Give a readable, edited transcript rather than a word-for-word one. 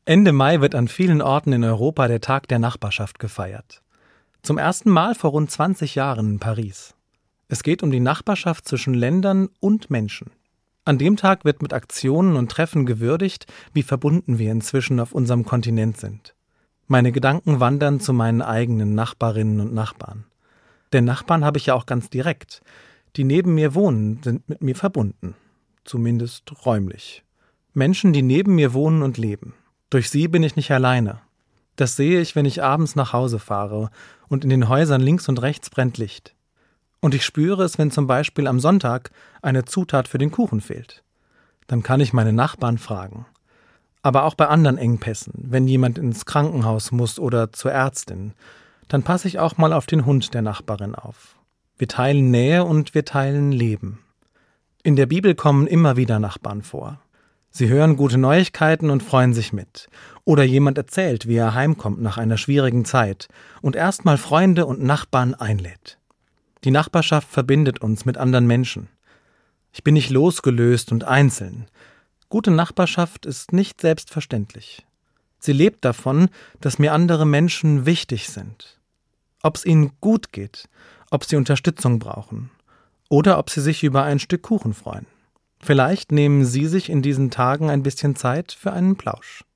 Ende Mai wird an vielen Orten in Europa der Tag der Nachbarschaft gefeiert. Zum ersten Mal vor rund 20 Jahren in Paris. Es geht um die Nachbarschaft zwischen Ländern und Menschen. An dem Tag wird mit Aktionen und Treffen gewürdigt, wie verbunden wir inzwischen auf unserem Kontinent sind. Meine Gedanken wandern zu meinen eigenen Nachbarinnen und Nachbarn. Denn Nachbarn habe ich ja auch ganz direkt. Die neben mir wohnen, sind mit mir verbunden. Zumindest räumlich. Menschen, die neben mir wohnen und leben. Durch sie bin ich nicht alleine. Das sehe ich, wenn ich abends nach Hause fahre und in den Häusern links und rechts brennt Licht. Und ich spüre es, wenn zum Beispiel am Sonntag eine Zutat für den Kuchen fehlt. Dann kann ich meine Nachbarn fragen. Aber auch bei anderen Engpässen, wenn jemand ins Krankenhaus muss oder zur Ärztin, dann passe ich auch mal auf den Hund der Nachbarin auf. Wir teilen Nähe und wir teilen Leben. In der Bibel kommen immer wieder Nachbarn vor. Sie hören gute Neuigkeiten und freuen sich mit. Oder jemand erzählt, wie er heimkommt nach einer schwierigen Zeit und erstmal Freunde und Nachbarn einlädt. Die Nachbarschaft verbindet uns mit anderen Menschen. Ich bin nicht losgelöst und einzeln. Gute Nachbarschaft ist nicht selbstverständlich. Sie lebt davon, dass mir andere Menschen wichtig sind. Ob es ihnen gut geht, ob sie Unterstützung brauchen oder ob sie sich über ein Stück Kuchen freuen. Vielleicht nehmen Sie sich in diesen Tagen ein bisschen Zeit für einen Plausch.